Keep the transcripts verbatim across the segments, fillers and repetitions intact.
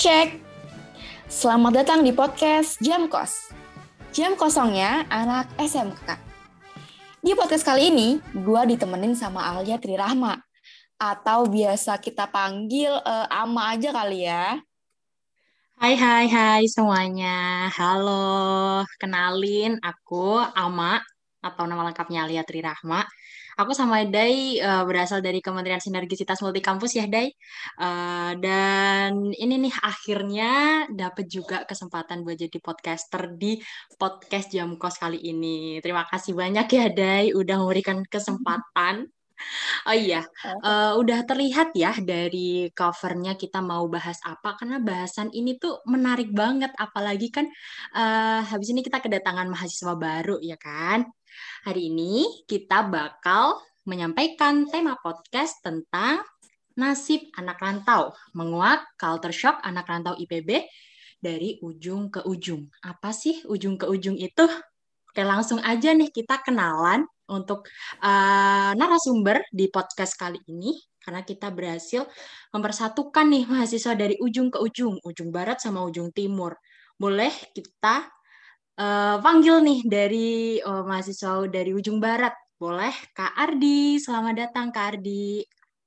cek. Selamat datang di podcast Jam Kos. Jam kosongnya anak S M K. Di podcast kali ini, gue ditemenin sama Alia Trirahma. Atau biasa kita panggil uh, Ama aja kali ya. Hai hai hai semuanya. Halo, kenalin aku Ama atau nama lengkapnya Alia Trirahma. Aku sama Dai eh, berasal dari Kementerian Sinergisitas Multikampus ya Dai. Eh, dan ini nih akhirnya dapat juga kesempatan buat jadi podcaster di podcast Jam Kos kali ini. Terima kasih banyak ya Dai udah memberikan kesempatan. Oh iya, eh, udah terlihat ya dari covernya kita mau bahas apa, karena bahasan ini tuh menarik banget, apalagi kan eh, habis ini kita kedatangan mahasiswa baru ya kan. Hari ini kita bakal menyampaikan tema podcast tentang nasib anak rantau, menguak culture shock anak rantau I P B dari ujung ke ujung. Apa sih ujung ke ujung itu? Oke, langsung aja nih kita kenalan untuk uh, narasumber di podcast kali ini, karena kita berhasil mempersatukan nih mahasiswa dari ujung ke ujung, ujung barat sama ujung timur. Boleh kita uh, panggil nih dari uh, mahasiswa dari ujung barat. Boleh, Kak Ardi. Selamat datang, Kak Ardi.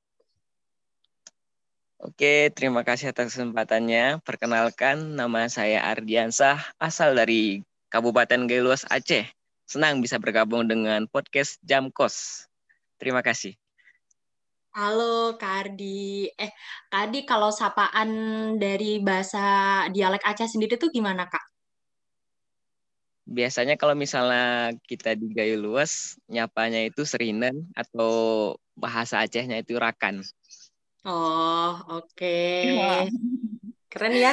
Oke, terima kasih atas kesempatannya. Perkenalkan, nama saya Ardiansah, asal dari Kabupaten Gailuas, Aceh. Senang bisa bergabung dengan podcast Jam Kos. Terima kasih. Halo, Kak Ardi. Eh, Kak Ardi, kalau sapaan dari bahasa dialek Aceh sendiri tuh gimana, Kak? Biasanya kalau misalnya kita di Gailuas, nyapanya itu serinen atau bahasa Acehnya itu rakan. Oh, oke. Wah. Keren ya.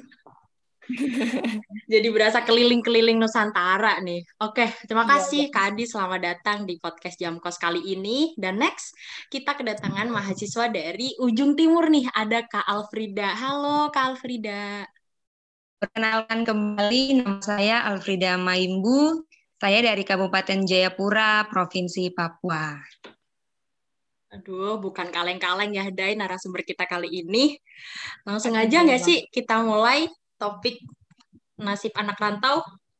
Jadi berasa keliling-keliling Nusantara nih. Oke, terima Iya, iya. kasih Kak Adi. Selamat datang di podcast Jam Kos kali ini. Dan next, kita kedatangan mahasiswa dari ujung timur nih. Ada Kak Alfrida. Halo Kak Alfrida. Perkenalkan kembali, nama saya Alfrida Maimbu. Saya dari Kabupaten Jayapura, Provinsi Papua. Aduh, bukan kaleng-kaleng ya, Dai, narasumber kita kali ini. Langsung Aduh, aja jauh nggak banget. sih kita mulai topik nasib anak rantau?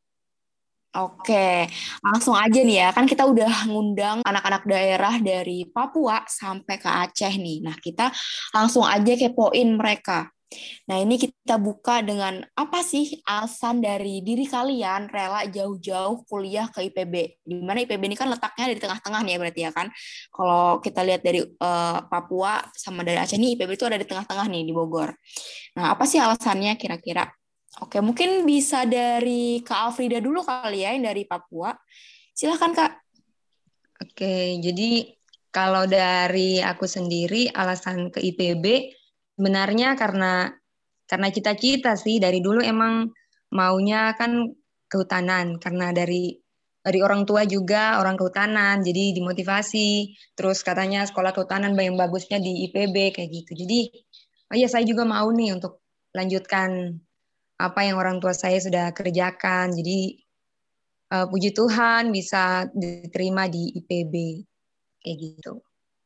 Oke, langsung aja nih ya. Kan kita udah ngundang anak-anak daerah dari Papua sampai ke Aceh nih. Nah, kita langsung aja kepoin mereka. Nah, ini kita buka dengan apa sih alasan dari diri kalian rela jauh-jauh kuliah ke I P B? Di mana I P B ini kan letaknya di tengah-tengah nih ya berarti ya kan. Kalau kita lihat dari uh, Papua sama dari Aceh nih, I P B itu ada di tengah-tengah nih di Bogor. Nah, apa sih alasannya kira-kira? Oke, mungkin bisa dari Kak Alfrida dulu kali ya, yang dari Papua. Silahkan, Kak. Oke, jadi kalau dari aku sendiri, alasan ke I P B sebenarnya karena karena cita-cita sih. Dari dulu emang maunya kan kehutanan, karena dari dari orang tua juga orang kehutanan, jadi dimotivasi. Terus katanya sekolah kehutanan yang bagusnya di I P B kayak gitu. Jadi, oh iya saya juga mau nih untuk lanjutkan apa yang orang tua saya sudah kerjakan. Jadi uh, puji Tuhan bisa diterima di I P B kayak gitu.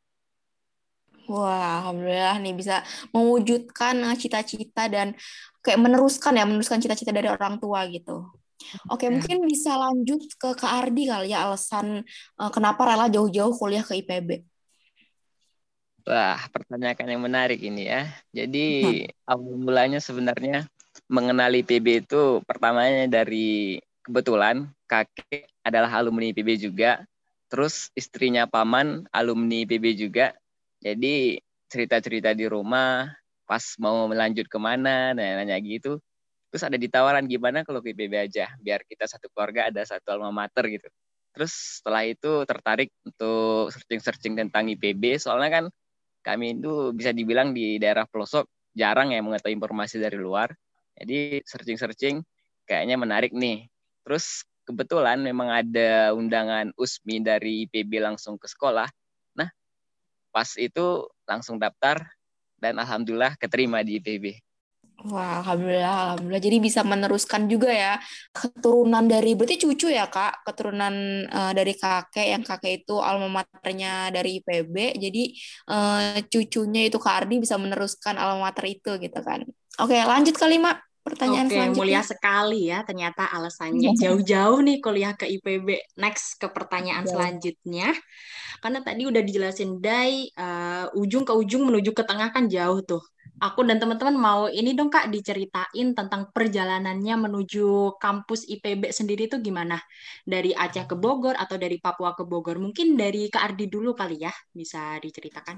Wah, alhamdulillah nih bisa mewujudkan eh, cita-cita dan kayak meneruskan ya, meneruskan cita-cita dari orang tua gitu. Oke, Nah, mungkin bisa lanjut ke Kak Ardi kali ya, alasan eh, kenapa rela jauh-jauh kuliah ke I P B. Wah, pertanyaan yang menarik ini ya. Jadi, Hmm. awal mulanya sebenarnya mengenali P B itu pertamanya dari kebetulan kakek adalah alumni P B juga. Terus istrinya paman alumni P B juga. Jadi cerita-cerita di rumah pas mau melanjut kemana, nanya-nanya gitu. Terus ada ditawaran gimana kalau ke I P B aja, biar kita satu keluarga ada satu alma mater gitu. Terus setelah itu tertarik untuk searching-searching tentang I P B, soalnya kan kami itu bisa dibilang di daerah pelosok jarang ya mengetahui informasi dari luar. Jadi searching-searching kayaknya menarik nih. Terus kebetulan memang ada undangan U S M I dari I P B langsung ke sekolah. Nah, pas itu langsung daftar dan alhamdulillah keterima di I P B. Wah, alhamdulillah, alhamdulillah. Jadi bisa meneruskan juga ya keturunan dari berarti cucu ya Kak, keturunan eh, dari kakek yang kakek itu alma maternya dari I P B. Jadi eh, cucunya itu Kak Ardi bisa meneruskan alma mater itu gitu kan. Oke, lanjut kali, Mak. Pertanyaan Oke, mulia selanjutnya. sekali ya. Ternyata alasannya jauh-jauh nih kuliah ke I P B. Next ke pertanyaan Jauh. selanjutnya. Karena tadi udah dijelasin Dai, eh, ujung ke ujung menuju ke tengah kan jauh tuh. Aku dan teman-teman mau ini dong Kak diceritain tentang perjalanannya menuju kampus I P B sendiri tuh gimana? Dari Aceh ke Bogor atau dari Papua ke Bogor? Mungkin dari Kak Ardi dulu kali ya, bisa diceritakan.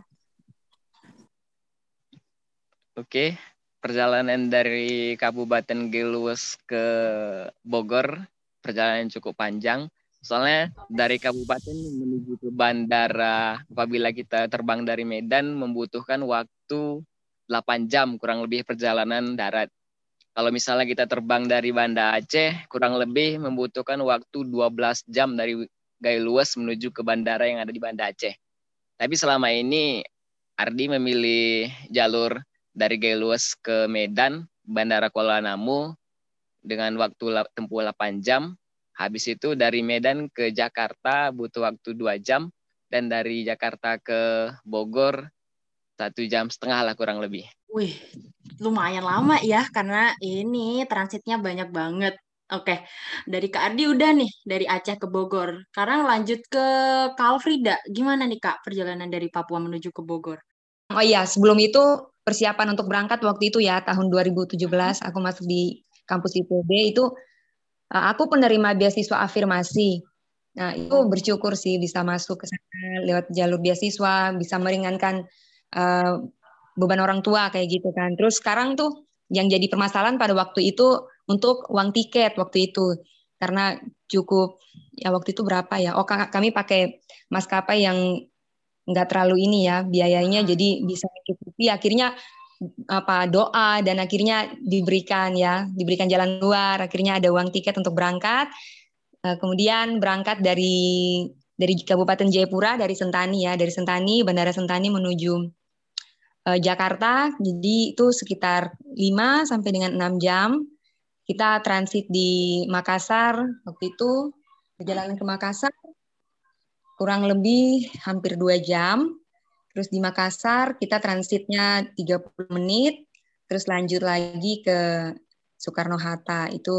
Oke, perjalanan dari Kabupaten Gelues ke Bogor, perjalanan yang cukup panjang. Soalnya dari kabupaten menuju ke bandara, apabila kita terbang dari Medan, membutuhkan waktu delapan jam kurang lebih perjalanan darat. Kalau misalnya kita terbang dari Banda Aceh, kurang lebih membutuhkan waktu dua belas jam dari Gailues menuju ke bandara yang ada di Banda Aceh. Tapi selama ini Ardi memilih jalur dari Gailues ke Medan, Bandara Kuala Namu, dengan waktu tempuh delapan jam. Habis itu dari Medan ke Jakarta butuh waktu dua jam. Dan dari Jakarta ke Bogor, satu jam setengah lah kurang lebih. Wih, lumayan lama ya, karena ini transitnya banyak banget. Oke, dari Kak Ardi udah nih, dari Aceh ke Bogor. Sekarang lanjut ke Kak Alfrida. Gimana nih Kak, perjalanan dari Papua menuju ke Bogor? Oh iya, sebelum itu persiapan untuk berangkat waktu itu ya, tahun dua ribu tujuh belas aku masuk di kampus I P B itu, uh, aku penerima beasiswa afirmasi. Nah, itu bersyukur sih bisa masuk ke sana lewat jalur beasiswa, bisa meringankan uh, beban orang tua kayak gitu kan. Terus sekarang tuh yang jadi permasalahan pada waktu itu untuk uang tiket waktu itu. Karena cukup, ya waktu itu berapa ya? Oh, kami pakai maskapai yang nggak terlalu ini ya biayanya, jadi bisa mencukupi. Akhirnya apa doa dan akhirnya diberikan ya diberikan jalan keluar. Akhirnya ada uang tiket untuk berangkat. Kemudian berangkat dari dari Kabupaten Jayapura, dari Sentani ya, dari Sentani, Bandara Sentani menuju uh, Jakarta. Jadi itu sekitar lima sampai dengan enam jam. Kita transit di Makassar waktu itu, perjalanan ke Makassar kurang lebih hampir dua jam. Terus di Makassar kita transitnya tiga puluh menit, terus lanjut lagi ke Soekarno-Hatta, itu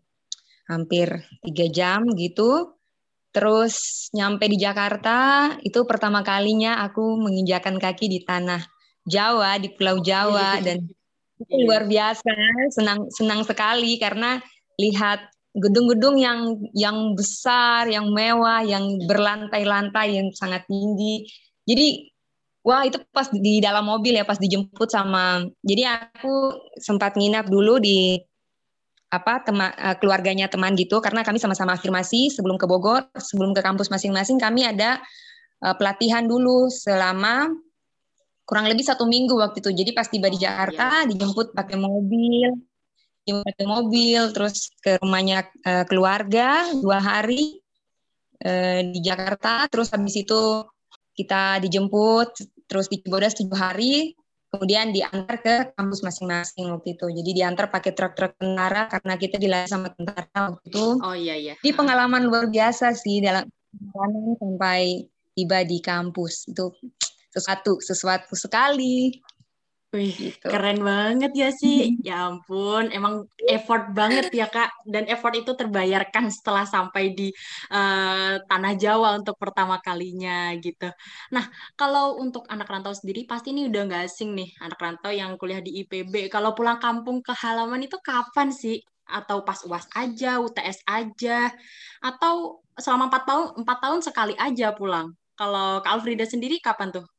hampir tiga jam gitu. Terus nyampe di Jakarta, itu pertama kalinya aku menginjakan kaki di tanah Jawa, di Pulau Jawa, dan itu luar biasa, senang senang sekali karena lihat gedung-gedung yang yang besar, yang mewah, yang berlantai-lantai, yang sangat tinggi. Jadi wah, itu pas di dalam mobil ya, pas dijemput sama, jadi aku sempat nginap dulu di apa teman keluarganya teman gitu, karena kami sama-sama afirmasi sebelum ke Bogor, sebelum ke kampus masing-masing kami ada uh, pelatihan dulu selama kurang lebih satu minggu waktu itu. Jadi pas tiba di Jakarta dijemput pakai mobil, dijemput pakai mobil, terus ke rumahnya uh, keluarga dua hari uh, di Jakarta, terus habis itu kita dijemput, terus di Cibodas tujuh hari, kemudian diantar ke kampus masing-masing waktu itu. Jadi diantar pakai truk-truk tentara karena kita dilayani sama tentara waktu itu. Oh iya iya. Di pengalaman luar biasa sih dalam perjalanan sampai tiba di kampus. Itu sesuatu sesuatu sekali. Wih, gitu. Keren banget ya sih. Ya ampun, emang effort banget ya Kak. Dan effort itu terbayarkan setelah sampai di uh, Tanah Jawa untuk pertama kalinya gitu. Nah, kalau untuk anak rantau sendiri, pasti ini udah nggak asing nih. Anak rantau yang kuliah di I P B. Kalau pulang kampung ke halaman itu kapan sih? Atau pas U A S aja, U T S aja? Atau selama empat tahun, empat tahun sekali aja pulang? Kalau Kak Alfrida sendiri kapan tuh?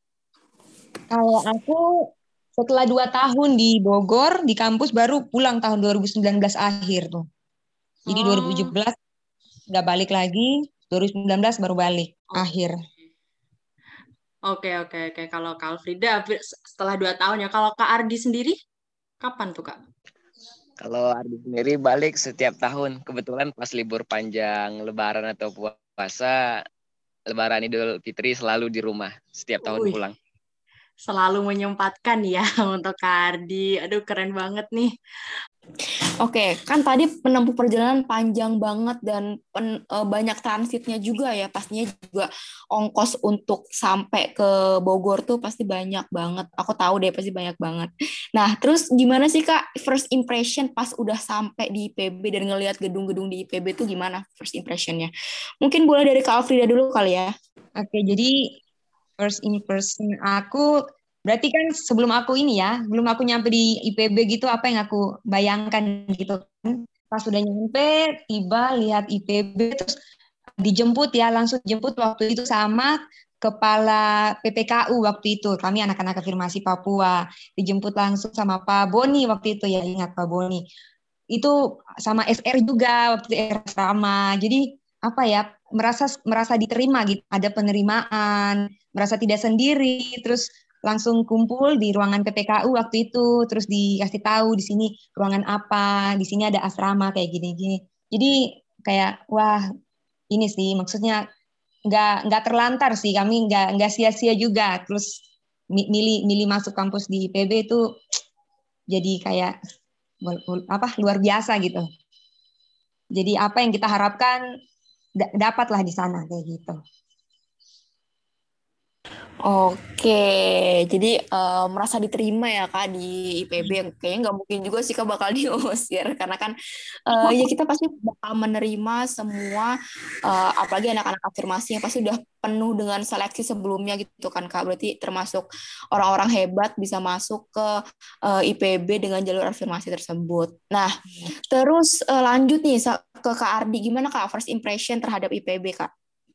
Kalau aku setelah dua tahun di Bogor, di kampus baru pulang tahun dua ribu sembilan belas akhir tuh. Jadi oh. dua ribu tujuh belas nggak balik lagi, dua ribu sembilan belas baru balik, oh. akhir. Oke, oke, oke. Kalau Kak Alfrida setelah dua tahun ya. Kalau Kak Ardi sendiri, kapan tuh Kak? Kalau Ardi sendiri balik setiap tahun. Kebetulan pas libur panjang Lebaran atau puasa, Lebaran Idul Fitri selalu di rumah. Setiap tahun Uy. pulang. Selalu menyempatkan ya untuk Kak Ardi. Aduh, keren banget nih. Oke, kan tadi menempuh perjalanan panjang banget dan pen- eh, banyak transitnya juga ya. Pastinya juga ongkos untuk sampai ke Bogor tuh pasti banyak banget. Aku tahu deh pasti banyak banget. Nah, terus gimana sih Kak first impression pas udah sampai di I P B dan ngelihat gedung-gedung di I P B tuh gimana first impressionnya? Mungkin boleh dari Kak Alfrida dulu kali ya. Oke, jadi first impression aku berarti kan sebelum aku ini ya, belum aku nyampe di I P B gitu, apa yang aku bayangkan gitu kan. Pas sudah nyampe, tiba lihat I P B, terus dijemput ya, langsung dijemput waktu itu sama kepala P P K U waktu itu. Kami anak-anak afirmasi Papua. Dijemput langsung sama Pak Boni waktu itu ya, ingat Pak Boni. Itu sama S R juga waktu itu R Rama. Jadi apa ya, merasa merasa diterima gitu, ada penerimaan, merasa tidak sendiri, terus langsung kumpul di ruangan P P K U waktu itu, terus dikasih tahu di sini ruangan apa, di sini ada asrama kayak gini-gini. Jadi kayak wah ini sih maksudnya nggak nggak terlantar sih, kami nggak nggak sia-sia juga, terus milih milih masuk kampus di I P B itu jadi kayak apa luar biasa gitu. Jadi apa yang kita harapkan dapatlah di sana kayak gitu. Oke, jadi eh, merasa diterima ya Kak di I P B. Kayaknya nggak mungkin juga sih Kak bakal diusir karena kan eh, ya kita pasti bakal menerima semua, eh, apalagi anak-anak afirmasi yang pasti udah penuh dengan seleksi sebelumnya gitu kan Kak. Berarti termasuk orang-orang hebat bisa masuk ke eh, I P B dengan jalur afirmasi tersebut. Nah, terus eh, lanjut nih ke Kak Ardi. Gimana Kak first impression terhadap I P B Kak?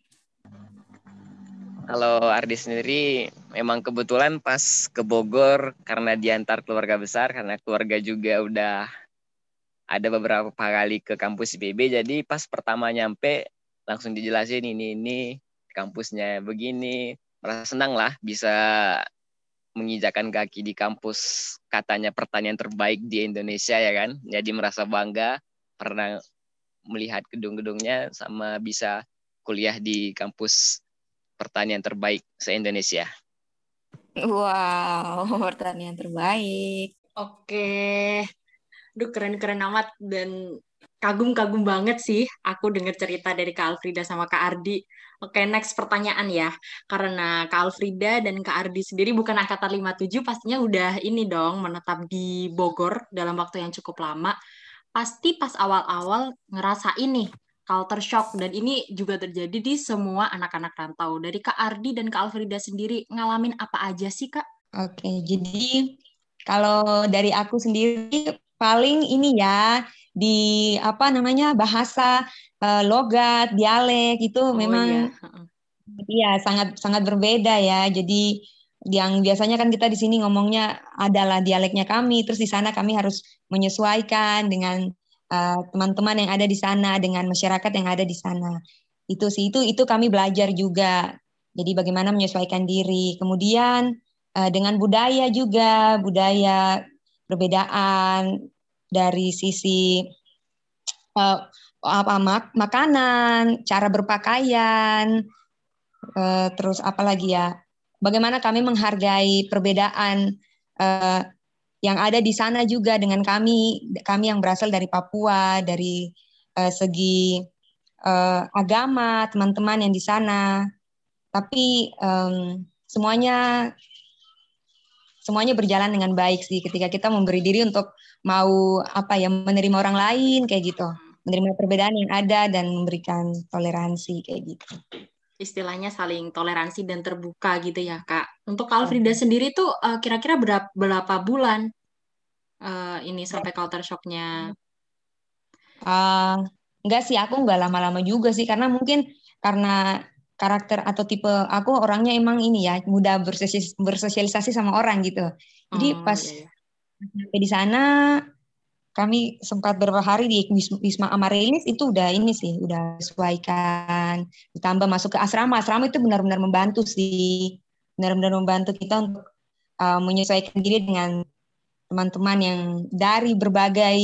Kalau Ardi sendiri memang kebetulan pas ke Bogor karena diantar keluarga besar, karena keluarga juga udah ada beberapa kali ke kampus I P B, jadi pas pertama nyampe langsung dijelasin ini ini kampusnya begini, merasa senang lah bisa menginjakan kaki di kampus katanya pertanian terbaik di Indonesia ya kan, jadi merasa bangga pernah melihat gedung-gedungnya sama bisa kuliah di kampus pertanian terbaik se-Indonesia. Wow, pertanian terbaik. Oke, duh keren-keren amat dan kagum-kagum banget sih aku dengar cerita dari Kak Alfrida sama Kak Ardi. Oke, next pertanyaan ya. Karena Kak Alfrida dan Kak Ardi sendiri bukan angkatan lima puluh tujuh, pastinya udah ini dong menetap di Bogor dalam waktu yang cukup lama. Pasti pas awal-awal ngerasa ini culture shock dan ini juga terjadi di semua anak-anak rantau. Dari Kak Ardi dan Kak Alfrida sendiri ngalamin apa aja sih Kak? Oke, jadi kalau dari aku sendiri paling ini ya di apa namanya bahasa eh, logat, dialek itu Oh iya. memang iya sangat sangat berbeda ya. Jadi yang biasanya kan kita di sini ngomongnya adalah dialeknya kami, terus di sana kami harus menyesuaikan dengan eh, teman-teman yang ada di sana, dengan masyarakat yang ada di sana. Itu sih itu itu kami belajar juga. Jadi bagaimana menyesuaikan diri. Kemudian eh, dengan budaya juga, budaya perbedaan dari sisi eh, apa mak makanan, cara berpakaian, eh, terus apa lagi ya? Bagaimana kami menghargai perbedaan eh, yang ada di sana juga dengan kami, kami yang berasal dari Papua, dari eh, segi eh, agama, teman-teman yang di sana. Tapi em, semuanya semuanya berjalan dengan baik sih ketika kita memberi diri untuk mau apa ya menerima orang lain kayak gitu, menerima perbedaan yang ada dan memberikan toleransi kayak gitu. Istilahnya saling toleransi dan terbuka gitu ya Kak. Untuk Kak Alfrida sendiri tuh uh, kira-kira berapa, berapa bulan uh, ini sampai culture shock-nya? Uh, enggak sih, aku enggak lama-lama juga sih karena mungkin karena karakter atau tipe aku orangnya emang ini ya mudah bersosialisasi, bersosialisasi sama orang gitu. Jadi Oh, pas iya, iya. sampai di sana kami sempat beberapa hari di Wisma Amarilis itu udah ini sih udah sesuaikan, ditambah masuk ke asrama asrama itu benar-benar membantu sih, benar-benar membantu kita untuk uh, menyesuaikan diri dengan teman-teman yang dari berbagai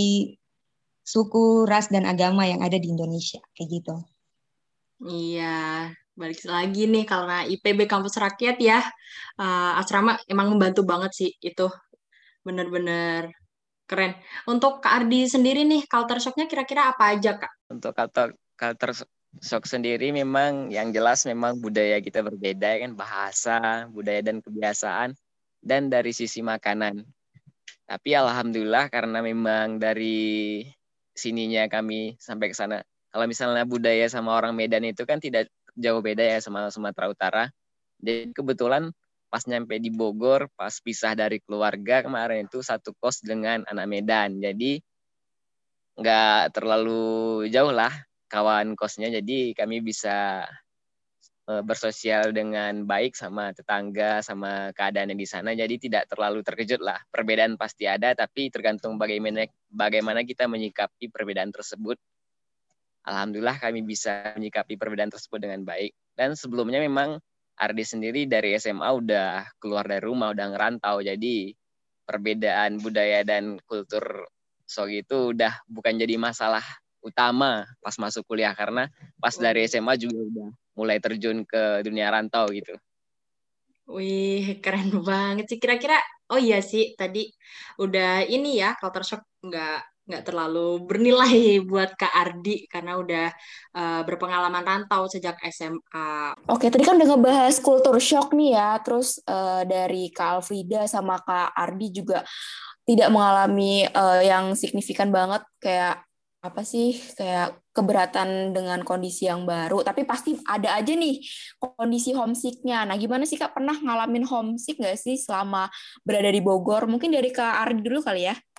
suku, ras dan agama yang ada di Indonesia kayak gitu. Iya, balik lagi nih karena I P B Kampus Rakyat ya, uh, asrama emang membantu banget sih itu, bener-bener Keren. Untuk Kak Ardi sendiri nih, culture shock-nya kira-kira apa aja, Kak? Untuk culture, culture shock sendiri memang yang jelas memang budaya kita berbeda kan, bahasa, budaya dan kebiasaan, dan dari sisi makanan. Tapi alhamdulillah karena memang dari sininya kami sampai ke sana. Kalau misalnya budaya sama orang Medan itu kan tidak jauh beda ya sama Sumatera Utara. Jadi kebetulan pas nyampe di Bogor, pas pisah dari keluarga kemarin itu satu kos dengan anak Medan. Jadi nggak terlalu jauh lah kawan kosnya. Jadi kami bisa bersosial dengan baik sama tetangga, sama keadaannya di sana. Jadi tidak terlalu terkejut lah. Perbedaan pasti ada, tapi tergantung bagaimana bagaimana kita menyikapi perbedaan tersebut. Alhamdulillah kami bisa menyikapi perbedaan tersebut dengan baik. Dan sebelumnya memang Ardi sendiri dari S M A udah keluar dari rumah, udah ngerantau. Jadi perbedaan budaya dan kultur shock itu udah bukan jadi masalah utama pas masuk kuliah. Karena pas dari S M A juga udah mulai terjun ke dunia rantau gitu. Wih, keren banget sih. Kira-kira, oh iya sih, tadi udah ini ya, culture shock nggak nggak terlalu bernilai buat Kak Ardi karena udah uh, berpengalaman rantau sejak S M A. Oke, tadi kan udah ngebahas culture shock nih ya, terus uh, dari Kak Alfrida sama Kak Ardi juga tidak mengalami uh, yang signifikan banget kayak apa sih kayak keberatan dengan kondisi yang baru, tapi pasti ada aja nih kondisi homesick-nya. Nah, gimana sih Kak, pernah ngalamin homesick nggak sih selama berada di Bogor? Mungkin dari Kak Ardi dulu kali ya.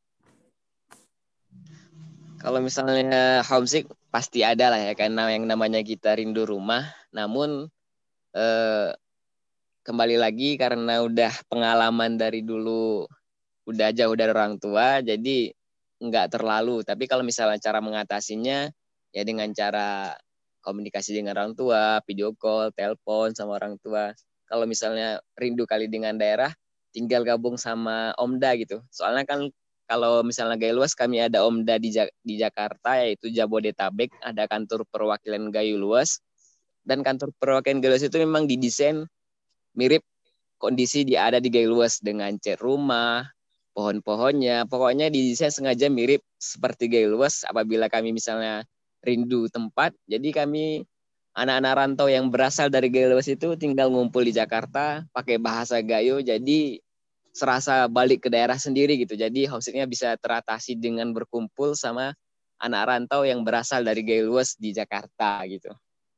Kalau misalnya homesick pasti ada lah ya, karena yang namanya kita rindu rumah. Namun eh, kembali lagi karena udah pengalaman dari dulu udah jauh dari orang tua, jadi nggak terlalu. Tapi kalau misalnya cara mengatasinya ya dengan cara komunikasi dengan orang tua, video call, telepon sama orang tua. Kalau misalnya rindu kali dengan daerah, tinggal gabung sama Omda gitu. Soalnya kan kalau misalnya Gayo Luas, kami ada Omda di, di Jakarta, yaitu Jabodetabek, ada kantor perwakilan Gayo Luas. Dan kantor perwakilan Gayo Luas itu memang didesain mirip kondisi di ada di Gayo Luas dengan cat rumah, pohon-pohonnya, pokoknya didesain sengaja mirip seperti Gayo Luas. Apabila kami misalnya rindu tempat, jadi kami anak-anak rantau yang berasal dari Gayo Luas itu tinggal ngumpul di Jakarta pakai bahasa Gayo, jadi serasa balik ke daerah sendiri gitu. Jadi homesicknya bisa teratasi dengan berkumpul sama anak rantau yang berasal dari Gayo Luas di Jakarta gitu.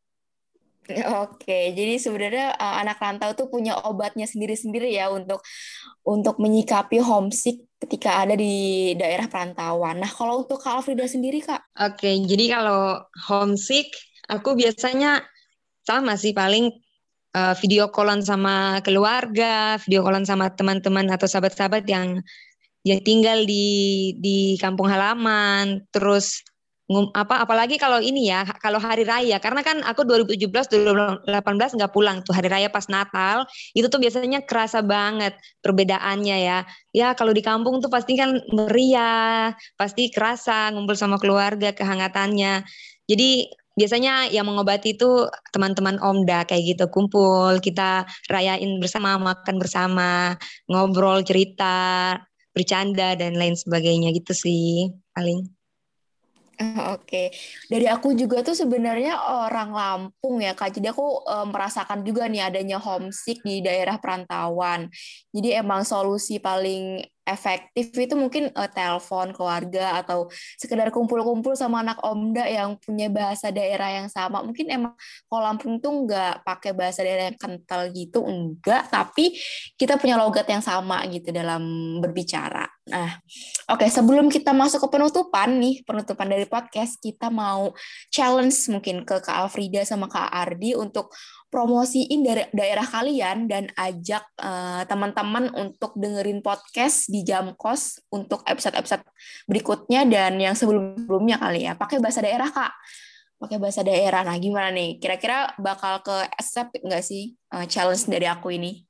Oke, jadi sebenarnya uh, anak rantau tuh punya obatnya sendiri-sendiri ya untuk untuk menyikapi homesick ketika ada di daerah perantauan. Nah, kalau untuk Kak Alfrida sendiri, Kak? Oke, jadi kalau homesick, aku biasanya sama sih, paling uh, video callan sama keluarga, video callan sama teman-teman atau sahabat-sahabat yang yang tinggal di di kampung halaman, terus ngum, apa apalagi kalau ini ya, kalau hari raya, karena kan aku dua ribu tujuh belas dua ribu delapan belas nggak pulang tuh hari raya pas Natal, itu tuh biasanya kerasa banget perbedaannya ya. Ya kalau di kampung tuh pasti kan meriah, pasti kerasa ngumpul sama keluarga, kehangatannya. Jadi biasanya yang mengobati itu teman-teman Omda kayak gitu, kumpul, kita rayain bersama, makan bersama, ngobrol, cerita, bercanda dan lain sebagainya gitu sih paling. Oke, dari aku juga tuh sebenarnya orang Lampung ya Kak, jadi aku e, merasakan juga nih adanya homesick di daerah perantauan. Jadi emang solusi paling efektif itu mungkin e, telepon keluarga atau sekedar kumpul-kumpul sama anak Omda yang punya bahasa daerah yang sama. Mungkin emang kalau Lampung tuh nggak pakai bahasa daerah yang kental gitu, enggak, tapi kita punya logat yang sama gitu dalam berbicara. Nah, oke, sebelum kita masuk ke penutupan nih, penutupan dari podcast, kita mau challenge mungkin ke Kak Alfrida sama Kak Ardi untuk promosiin dari daerah kalian dan ajak uh, teman-teman untuk dengerin podcast di Jam Kos untuk episode-episode berikutnya dan yang sebelum-sebelumnya kali ya. Pakai bahasa daerah, Kak. Pakai bahasa daerah. Nah, gimana nih? Kira-kira bakal ke accept nggak sih uh, challenge dari aku ini?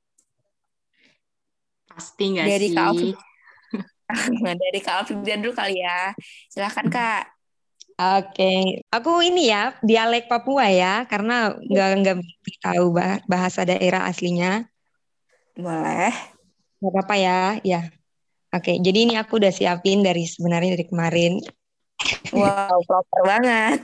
Pasti nggak dari sih? Kak Alfrida. Dari Kak Alfrida dulu kali ya. Silakan, Kak. Oke, okay. Aku ini ya dialek Papua ya, karena nggak nggak tahu bahasa daerah aslinya. Boleh. Nggak apa-apa ya, ya. Oke, jadi ini aku udah siapin dari sebenarnya dari kemarin. Wow, proper banget.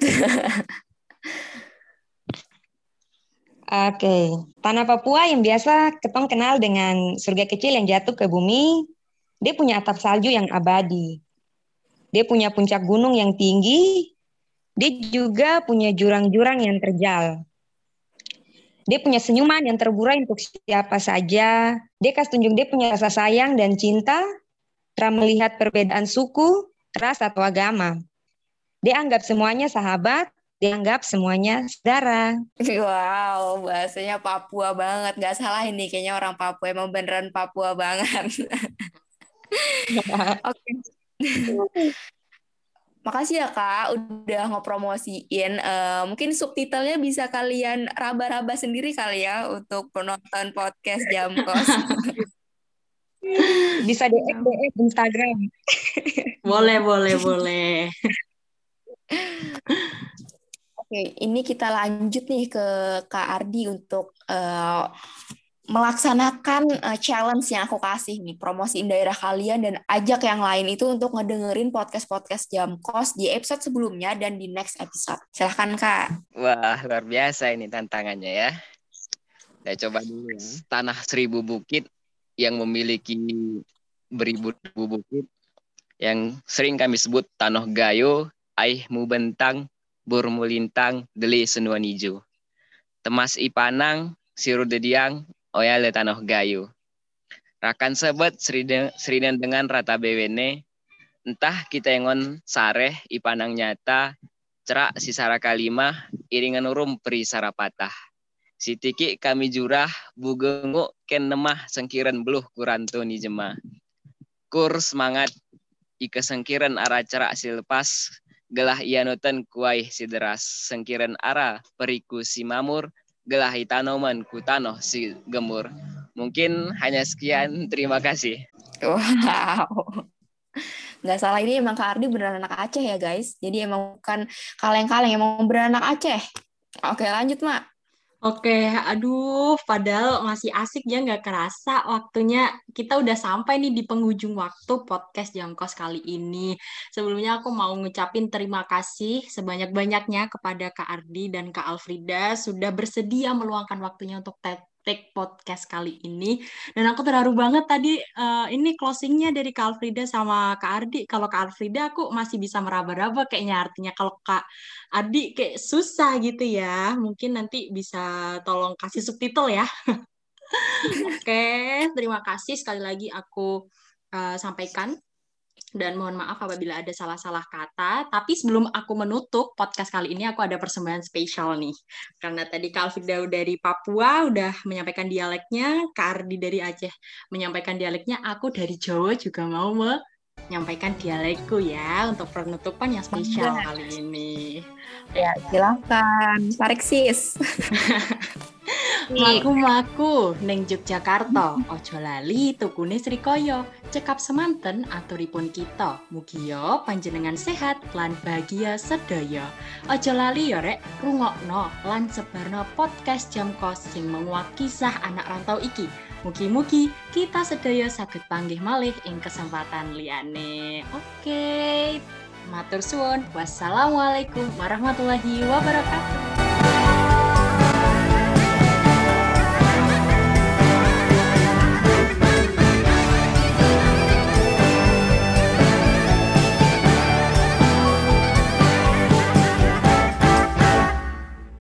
Oke, tanah Papua yang biasa ketong kenal dengan surga kecil yang jatuh ke bumi, dia punya atap salju yang abadi. Dia punya puncak gunung yang tinggi, dia juga punya jurang-jurang yang terjal. Dia punya senyuman yang terburai untuk siapa saja. Dia kasih tunjuk dia punya rasa sayang dan cinta, tak melihat perbedaan suku, ras, atau agama. Dia anggap semuanya sahabat, dianggap semuanya saudara. Wow, bahasanya Papua banget. Gak salah ini, kayaknya orang Papua. Emang beneran Papua banget. Oke. Makasih ya Kak, udah ngepromosiin. Eh, mungkin subtitlenya bisa kalian raba-raba sendiri kali ya untuk penonton podcast Jamkos. Bisa D M D M Instagram. Boleh, boleh, boleh. Oke, ini kita lanjut nih ke Kak Ardi untuk uh, melaksanakan uh, challenge yang aku kasih nih, promosiin daerah kalian dan ajak yang lain itu untuk ngedengerin podcast-podcast Jamkos di episode sebelumnya dan di next episode. Silahkan Kak. Wah, luar biasa ini tantangannya ya. Saya coba dulu ya. Tanah seribu bukit yang memiliki beribu-ribu bukit yang sering kami sebut Tanah Gayo, Aih Mubentang, Bur Mulintang, Deli Senuan Ijo. Temas Ipanang, Siru Dediang, Oyale Tanah Gayo. Rakan sebet seriden dengan rata bewene, entah kita yengon sareh Ipanang nyata, cerak sisara kalimah, iringan urum peri sarapatah. Sitiki kami jurah, bugengu ken nemah sengkiran beluh kuranto ni jema. Kur semangat, ika sengkiran ara cerak silepas, gelah ianutan kuai sideras, sengkiran ara periku si mamur, gelah itanoman kutanoh si gemur. Mungkin hanya sekian, terima kasih. Wow. Nggak salah, ini emang Kak Ardi beneran anak Aceh ya guys. Jadi emang bukan kaleng-kaleng, emang beneran anak Aceh. Oke lanjut Mak. Oke, aduh, padahal masih asik ya, nggak kerasa waktunya. Kita udah sampai nih di penghujung waktu podcast Jamkos kali ini. Sebelumnya aku mau ngucapin terima kasih sebanyak-banyaknya kepada Kak Ardi dan Kak Alfrida sudah bersedia meluangkan waktunya untuk take take podcast kali ini. Dan aku terharu banget tadi uh, ini closingnya dari Kak Alfrida sama Kak Ardi. Kalau Kak Alfrida aku masih bisa meraba-raba kayaknya, artinya kalau Kak Ardi kayak susah gitu ya. Mungkin nanti bisa tolong kasih subtitle ya. Oke, terima kasih sekali lagi aku uh, sampaikan. Dan mohon maaf apabila ada salah-salah kata. Tapi sebelum aku menutup podcast kali ini, aku ada persembahan spesial nih. Karena tadi Kak Alfrida dari Papua udah menyampaikan dialeknya, Kak Ardi dari Aceh menyampaikan dialeknya, aku dari Jawa juga mau menyampaikan dialekku ya untuk penutupan yang spesial kali ini. Ya, silakan. Tarik sis. Maku-maku neng Yogyakarta, ojo lali tukune Srikaya, cekap semanten aturipun kita. Mugia panjenengan sehat lan bahagia sedaya. Ojo lali ya rek, rungokno lan sebarno podcast Jamkos sing menguak kisah anak rantau iki. Mugi-mugi kita sedaya saged panggih malih ing kesempatan liyane. Oke, matur suwun. Wassalamualaikum warahmatullahi wabarakatuh.